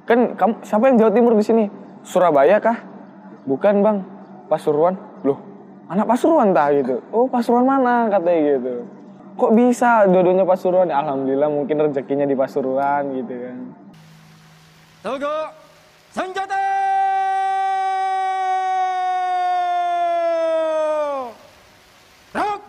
Kan kamu siapa yang Jawa Timur di sini? Surabaya kah? Bukan bang, Pasuruan. Loh, anak Pasuruan tah gitu. Oh Pasuruan mana katanya gitu. Kok bisa dua-duanya Pasuruan? Ya, alhamdulillah mungkin rezekinya di Pasuruan gitu kan. Togo senjata. Rok.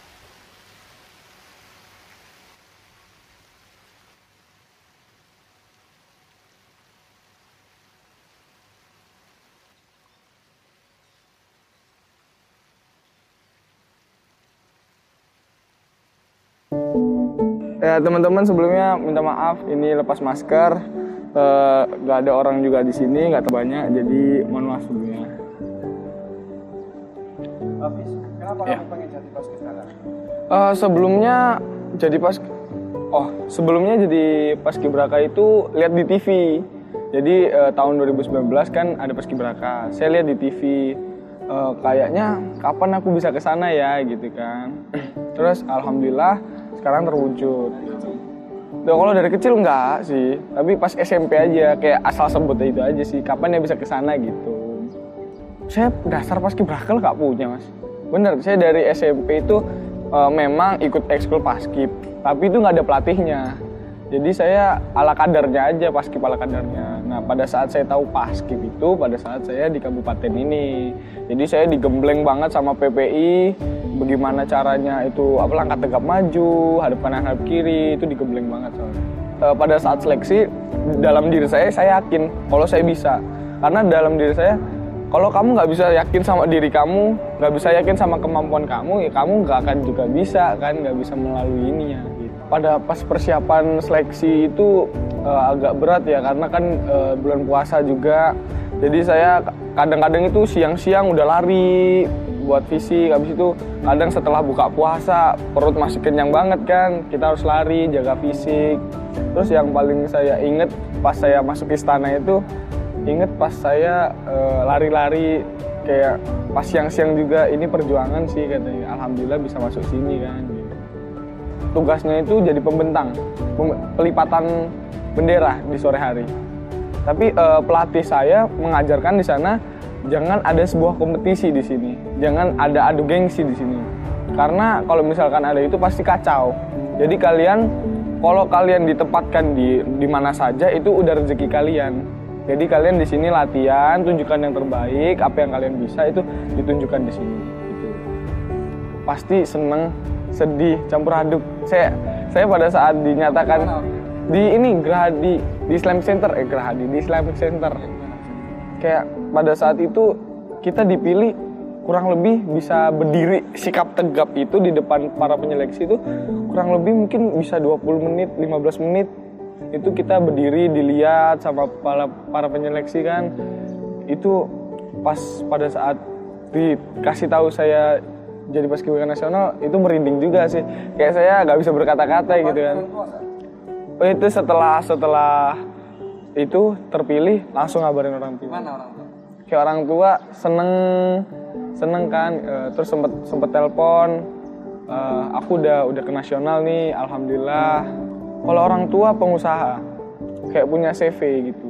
Ya teman-teman sebelumnya minta maaf ini lepas masker, nggak ada orang juga di sini, nggak terbanyak, jadi mohon maaf sebelumnya. Hafiz, kenapa Ya. kamu pengen jadi paskibraka? Sebelumnya jadi paskibraka itu lihat di TV. Jadi tahun 2019 kan ada paskibraka. Saya lihat di TV, kayaknya kapan aku bisa ke sana ya gitu kan. Terus alhamdulillah sekarang terwujud. Nah, kalau dari kecil enggak sih, tapi pas SMP aja kayak asal sebut itu aja sih, kapan ya bisa ke sana gitu. Saya dasar paskibraka nggak punya mas. Bener, saya dari SMP itu memang ikut ekskul paskib, tapi itu nggak ada pelatihnya. Jadi saya ala kadarnya aja, paskib ala kadarnya. Nah pada saat saya tahu paskib itu pada saat saya di kabupaten ini. Jadi saya digembleng banget sama PPI, bagaimana caranya itu langkah tegap maju, hadap kanan hadap kiri, itu digembleng banget soalnya. Pada saat seleksi dalam diri saya yakin kalau saya bisa. Karena dalam diri saya, kalau kamu nggak bisa yakin sama diri kamu, nggak bisa yakin sama kemampuan kamu, ya kamu nggak akan juga bisa kan, nggak bisa melalui ininya. Gitu. Pada pas persiapan seleksi itu agak berat ya, karena kan bulan puasa juga. Jadi saya kadang-kadang itu siang-siang udah lari buat fisik, habis itu kadang setelah buka puasa perut masih kenyang banget kan, kita harus lari jaga fisik. Terus yang paling saya inget pas saya masuk istana itu, inget pas saya lari-lari kayak pas siang-siang juga, ini perjuangan sih katanya. Alhamdulillah bisa masuk sini kan. Tugasnya itu jadi pembentang, pelipatan bendera di sore hari. Tapi pelatih saya mengajarkan di sana jangan ada sebuah kompetisi di sini, jangan ada adu gengsi di sini. Karena kalau misalkan ada itu pasti kacau. Jadi kalau kalian ditempatkan di mana saja itu udah rezeki kalian. Jadi kalian di sini latihan, tunjukkan yang terbaik, apa yang kalian bisa itu ditunjukkan di sini. Gitu. Pasti seneng, sedih, campur aduk. Saya pada saat dinyatakan di Gerahadi, di Islamic Center, di Islamic Center. Kayak pada saat itu kita dipilih kurang lebih bisa berdiri sikap tegap itu di depan para penyeleksi itu kurang lebih mungkin bisa 20 menit, 15 menit. Itu kita berdiri dilihat sama para penyeleksi kan. Itu pas pada saat dikasih tahu saya jadi paskibraka nasional itu merinding juga sih. Kayak saya nggak bisa berkata-kata gitu kan. Itu setelah itu terpilih langsung ngabarin orang tua. Gimana orang tua? Kayak orang tua seneng kan, terus sempet telepon, aku udah ke nasional nih, alhamdulillah. Kalau orang tua pengusaha, kayak punya CV gitu.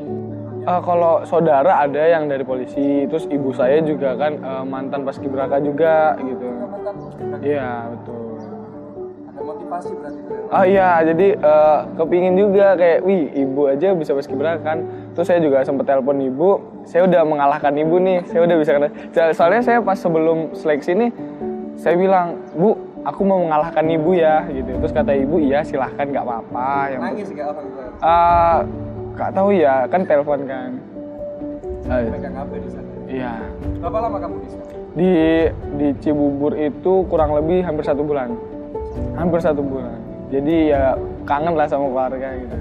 Kalau saudara ada yang dari polisi, terus ibu saya juga kan mantan paskibraka juga gitu. Iya betul. Ada motivasi berarti. Iya, jadi kepingin juga kayak, wih ibu aja bisa paskibraka kan. Terus saya juga sempet telepon ibu, saya udah mengalahkan ibu nih, saya udah bisa kena. Soalnya saya pas sebelum seleksi nih, saya bilang, Bu, aku mau mengalahkan ibu ya, gitu. Terus kata ibu, iya silahkan, nggak apa-apa. Nangis nggak orang tua? Nggak tahu ya, kan telepon kan. Pegang HP di sana. Iya. Berapa lama kamu di sana? Di Cibubur itu kurang lebih hampir 1 bulan. Hampir 1 bulan. Jadi ya kangen lah sama keluarga gitu.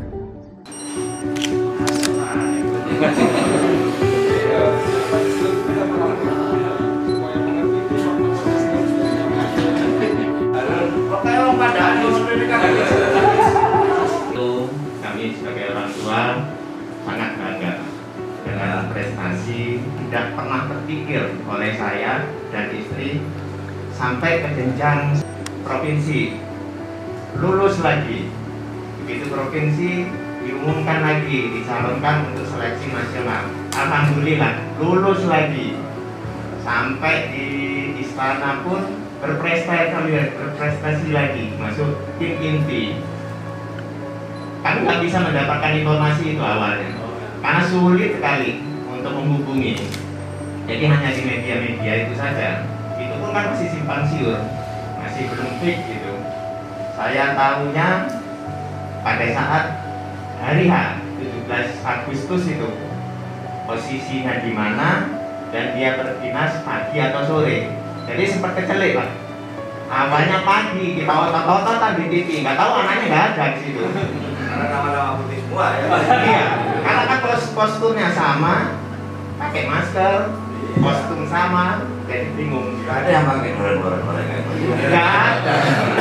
Itu kami sebagai orang tua sangat bangga dengan prestasi. Tidak pernah terpikir oleh saya dan istri sampai ke jenjang provinsi, lulus lagi, begitu provinsi diumumkan lagi, dicalonkan untuk seleksi nasional. Alhamdulillah lulus lagi. Sampai di istana pun berprestasi lagi, masuk tim inti. Kami nggak bisa mendapatkan informasi itu awalnya, karena sulit sekali untuk menghubungi. Jadi hanya di media-media itu saja. Itu pun kan masih simpang siur, masih belum fix gitu. Saya tahunya pada saat hari H 17 Agustus itu posisinya di mana dan dia berdinas pagi atau sore. Jadi sempat kecelik Pak. Awalnya pagi kita otot-ototan di TV, nggak tahu anaknya nggak ada di situ. Karena nama-nama putih semua ya. Iya, karena kan kostumnya sama, pakai masker, kostum sama, jadi bingung. Nggak ada yang pakai orang-orang kayak gitu. Nggak ada.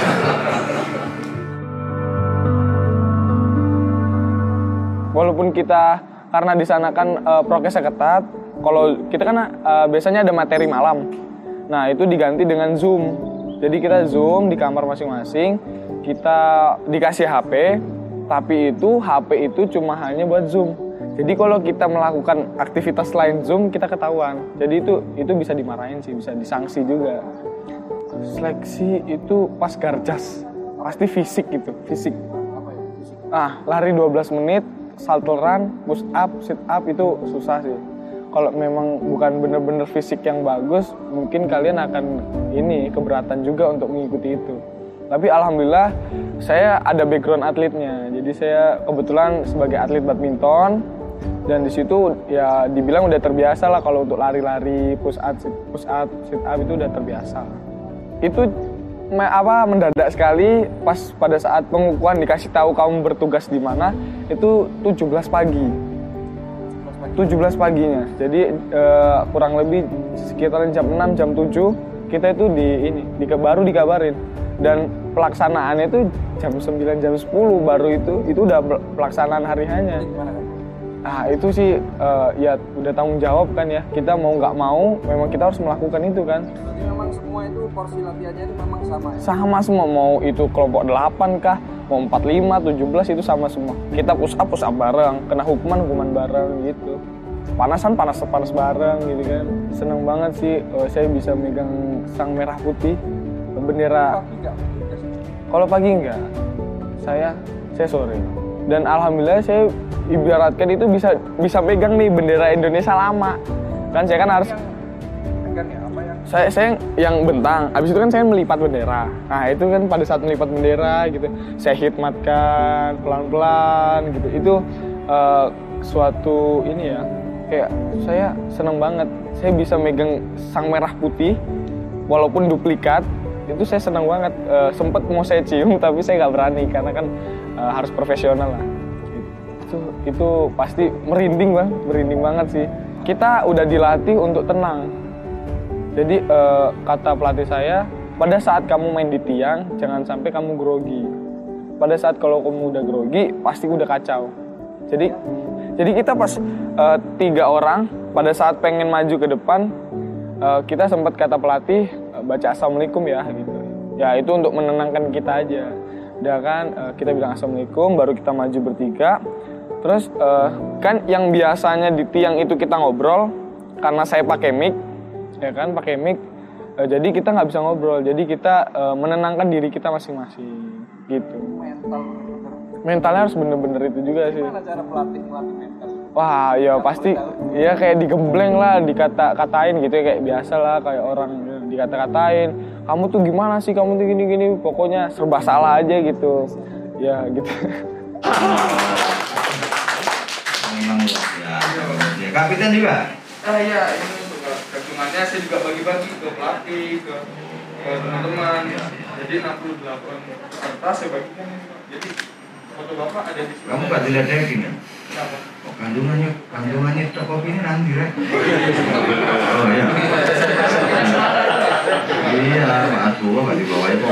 Walaupun kita karena di sana kan prokesnya ketat, kalau kita kan biasanya ada materi malam. Nah, itu diganti dengan Zoom. Jadi kita Zoom di kamar masing-masing, kita dikasih HP, tapi itu HP itu cuma hanya buat Zoom. Jadi kalau kita melakukan aktivitas lain Zoom, kita ketahuan. Jadi itu bisa dimarahin sih, bisa disangsi juga. Seleksi itu pas garjas, pasti fisik gitu, fisik. Lari 12 menit, shuttle run, push up, sit up itu susah sih. Kalau memang bukan bener-bener fisik yang bagus, mungkin kalian akan keberatan juga untuk mengikuti itu. Tapi alhamdulillah saya ada background atletnya. Jadi saya kebetulan sebagai atlet badminton dan di situ ya dibilang udah terbiasa lah kalau untuk lari-lari, push up, sit up itu udah terbiasa. Itu mendadak sekali pas pada saat pengukuhan dikasih tahu kamu bertugas di mana, itu 17 pagi. 17 paginya. Jadi kurang lebih sekitar jam 6, jam 7 kita itu baru dikabarin. Dan pelaksanaannya itu jam 9, jam 10 baru itu udah pelaksanaan hari hanya. Itu sih ya udah tanggung jawab kan ya. Kita mau nggak mau memang kita harus melakukan itu kan. Berarti memang semua itu porsi latihannya itu memang sama ya? Sama semua, mau itu kelompok 8 kah, mau 45, 17 itu sama semua. Kita push up bareng, kena hukuman bareng gitu. Panasan panas bareng gitu kan. Seneng banget sih saya bisa megang sang merah putih, bendera. Kalau pagi enggak, saya sore. Dan alhamdulillah saya ibaratkan itu bisa megang nih bendera Indonesia lama. Kan saya kan harus saya yang bentang, habis itu kan saya melipat bendera. Nah itu kan pada saat melipat bendera gitu, saya khidmatkan pelan-pelan gitu. Itu suatu kayak saya seneng banget. Saya bisa megang sang merah putih, walaupun duplikat, itu saya seneng banget. Sempet mau saya cium tapi saya nggak berani karena kan harus profesional lah. Itu pasti merinding banget sih. Kita udah dilatih untuk tenang. Jadi kata pelatih saya, pada saat kamu main di tiang, jangan sampai kamu grogi. Pada saat kalau kamu udah grogi, pasti udah kacau. Jadi kita pas 3 orang, pada saat pengen maju ke depan, kita sempat kata pelatih, baca assalamualaikum ya gitu. Ya itu untuk menenangkan kita aja. Udah kan kita bilang assalamualaikum, baru kita maju bertiga. Terus kan yang biasanya di tiang itu kita ngobrol, karena saya pakai mic, ya kan pakai mic, jadi kita nggak bisa ngobrol. Jadi kita menenangkan diri kita masing-masing gitu. Mentalnya harus bener-bener itu juga sih. Gimana cara pelatih mental? Wah ya pasti ya kayak digembleng lah, dikata-katain gitu ya, kayak biasa lah, kayak orang dikata-katain, kamu tuh gimana sih, kamu tuh gini-gini, pokoknya serba salah aja gitu ya gitu. Memang ya. Kapiten juga? Iya, ini untuk gabungannya saya juga bagi-bagi ke pelatih, ke teman-teman. Jadi 68 peserta saya bagikan. Jadi foto bapak ada di sini. Kamu nggak dilihat-lihatin ya? Siapa? Oh, kandungannya stok kopi ini nanti ya? Oh iya. Iya, Mas Buwa nggak dibawain kok.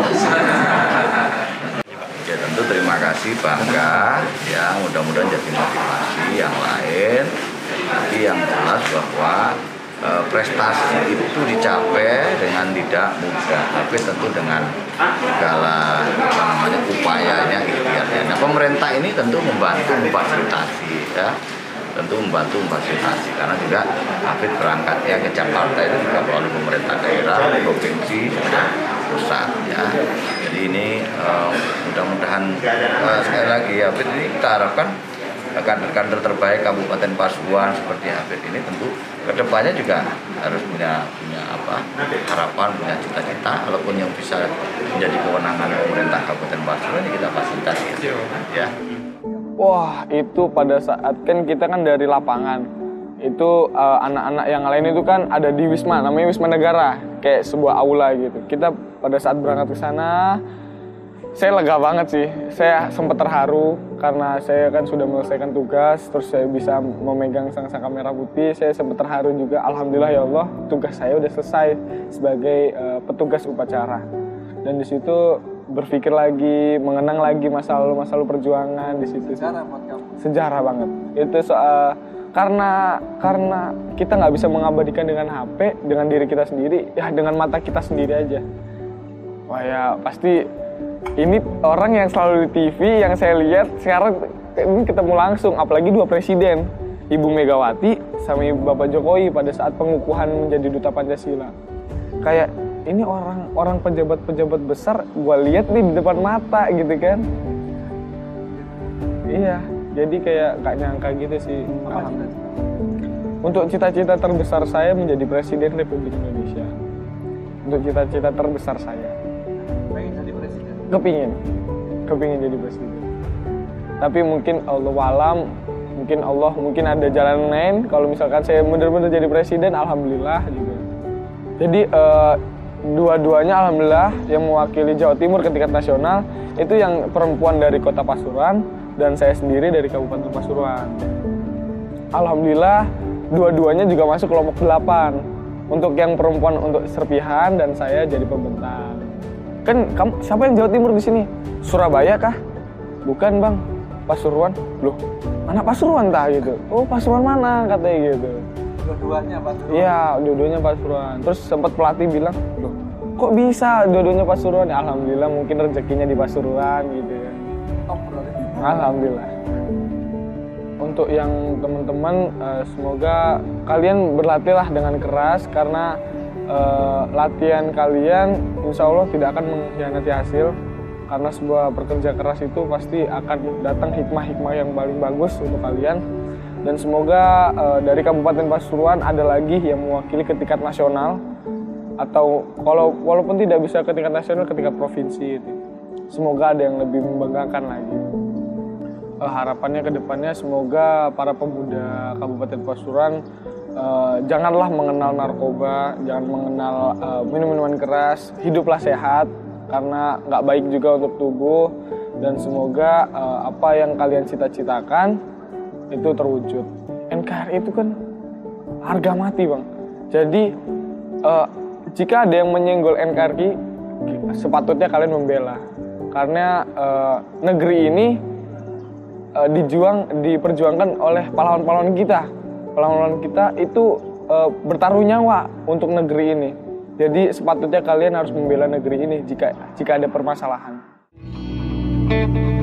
Ya tentu terima kasih, bangga ya, mudah-mudahan jadi motivasi yang lain. Tapi yang jelas bahwa prestasi itu dicapai dengan tidak mudah, tapi tentu dengan segala upayanya, ikhtiarnya. Nah, pemerintah ini tentu membantu memfasilitasi, ya, karena juga Hafid berangkatnya ke Jakarta itu juga melalui pemerintah daerah, provinsi, pusat, ya. Jadi ini mudah-mudahan sekali lagi Hafid ini kita harapkan kader-kader terbaik Kabupaten Pasuruan seperti Hafid ini tentu kedepannya juga harus punya harapan, punya cita-cita, walaupun yang bisa menjadi kewenangan pemerintah Kabupaten Pasuruan ini kita fasilitasi, ya. Wah, itu pada saat kan kita kan dari lapangan itu anak-anak yang lain itu kan ada di Wisma, namanya Wisma Negara, kayak sebuah aula gitu. Kita pada saat berangkat ke sana, saya lega banget sih. Saya sempat terharu karena saya kan sudah menyelesaikan tugas, terus saya bisa memegang sang-saka merah putih. Saya sempat terharu juga. Alhamdulillah ya Allah, tugas saya udah selesai sebagai petugas upacara. Dan di situ berpikir lagi, mengenang lagi masa lalu perjuangan di situ. Sejarah buat kamu. Sejarah banget. Itu karena kita nggak bisa mengabadikan dengan HP, dengan diri kita sendiri, ya dengan mata kita sendiri aja. Wah ya pasti ini orang yang selalu di TV yang saya lihat sekarang ini ketemu langsung, apalagi dua presiden, Ibu Megawati sama Bapak Jokowi pada saat pengukuhan menjadi Duta Pancasila. Kayak ini orang pejabat-pejabat besar gue lihat nih di depan mata gitu kan. Iya, jadi kayak gak nyangka gitu sih. Untuk cita-cita terbesar saya menjadi Presiden Republik Indonesia. Untuk cita-cita terbesar saya. Pengen jadi presiden? Kepingin jadi presiden. Tapi mungkin Allahualam, mungkin ada jalan lain. Kalau misalkan saya benar-benar jadi presiden, alhamdulillah juga. Jadi dua-duanya alhamdulillah yang mewakili Jawa Timur ke tingkat nasional itu yang perempuan dari Kota Pasuruan dan saya sendiri dari Kabupaten Pasuruan. Alhamdulillah dua-duanya juga masuk kelompok 8. Untuk yang perempuan untuk serpihan dan saya jadi pembentang. Kan kamu siapa yang Jawa Timur di sini? Surabaya kah? Bukan bang, Pasuruan. Loh, anak Pasuruan tah gitu. Oh Pasuruan mana katanya gitu. Dua-duanya Pasuruan? Iya, dua-duanya Pasuruan. Terus sempat pelatih bilang, loh kok bisa dua-duanya Pasuruan? Ya, alhamdulillah mungkin rezekinya di Pasuruan gitu ya. Top berarti. Alhamdulillah. Untuk yang teman-teman, semoga kalian berlatihlah dengan keras karena latihan kalian insya Allah tidak akan mengkhianati hasil. Karena sebuah pekerja keras itu pasti akan datang hikmah-hikmah yang paling bagus untuk kalian. Dan semoga dari Kabupaten Pasuruan ada lagi yang mewakili ke tingkat nasional atau walaupun tidak bisa ke tingkat nasional, ke tingkat provinsi itu. Semoga ada yang lebih membanggakan lagi. Harapannya ke depannya semoga para pemuda Kabupaten Pasuruan janganlah mengenal narkoba, jangan mengenal minum-minuman keras, hiduplah sehat karena nggak baik juga untuk tubuh. Dan semoga apa yang kalian cita-citakan itu terwujud. NKRI itu kan harga mati bang. Jadi jika ada yang menyenggol NKRI, sepatutnya kalian membela. Karena negeri ini diperjuangkan oleh pahlawan-pahlawan kita. Pahlawan-pahlawan kita itu bertaruh nyawa untuk negeri ini. Jadi sepatutnya kalian harus membela negeri ini jika ada permasalahan.